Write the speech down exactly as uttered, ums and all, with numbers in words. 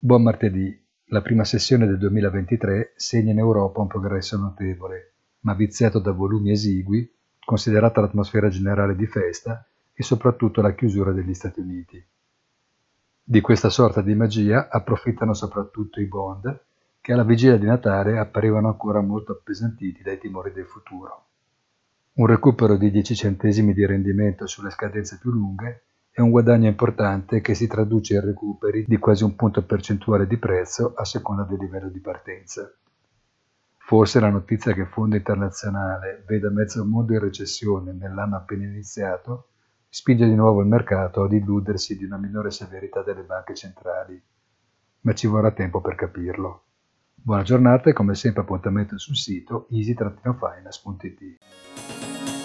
Buon martedì. La prima sessione del duemilaventitré segna in Europa un progresso notevole, ma viziato da volumi esigui, considerata l'atmosfera generale di festa e soprattutto la chiusura degli Stati Uniti. Di questa sorta di magia approfittano soprattutto i bond, che alla vigilia di Natale apparivano ancora molto appesantiti dai timori del futuro. Un recupero di dieci centesimi di rendimento sulle scadenze più lunghe è un guadagno importante che si traduce in recuperi di quasi un punto percentuale di prezzo a seconda del livello di partenza. Forse la notizia che il Fondo internazionale veda mezzo mondo in recessione nell'anno appena iniziato spinge di nuovo il mercato ad illudersi di una minore severità delle banche centrali, ma ci vorrà tempo per capirlo. Buona giornata e come sempre appuntamento sul sito easy finance punto it.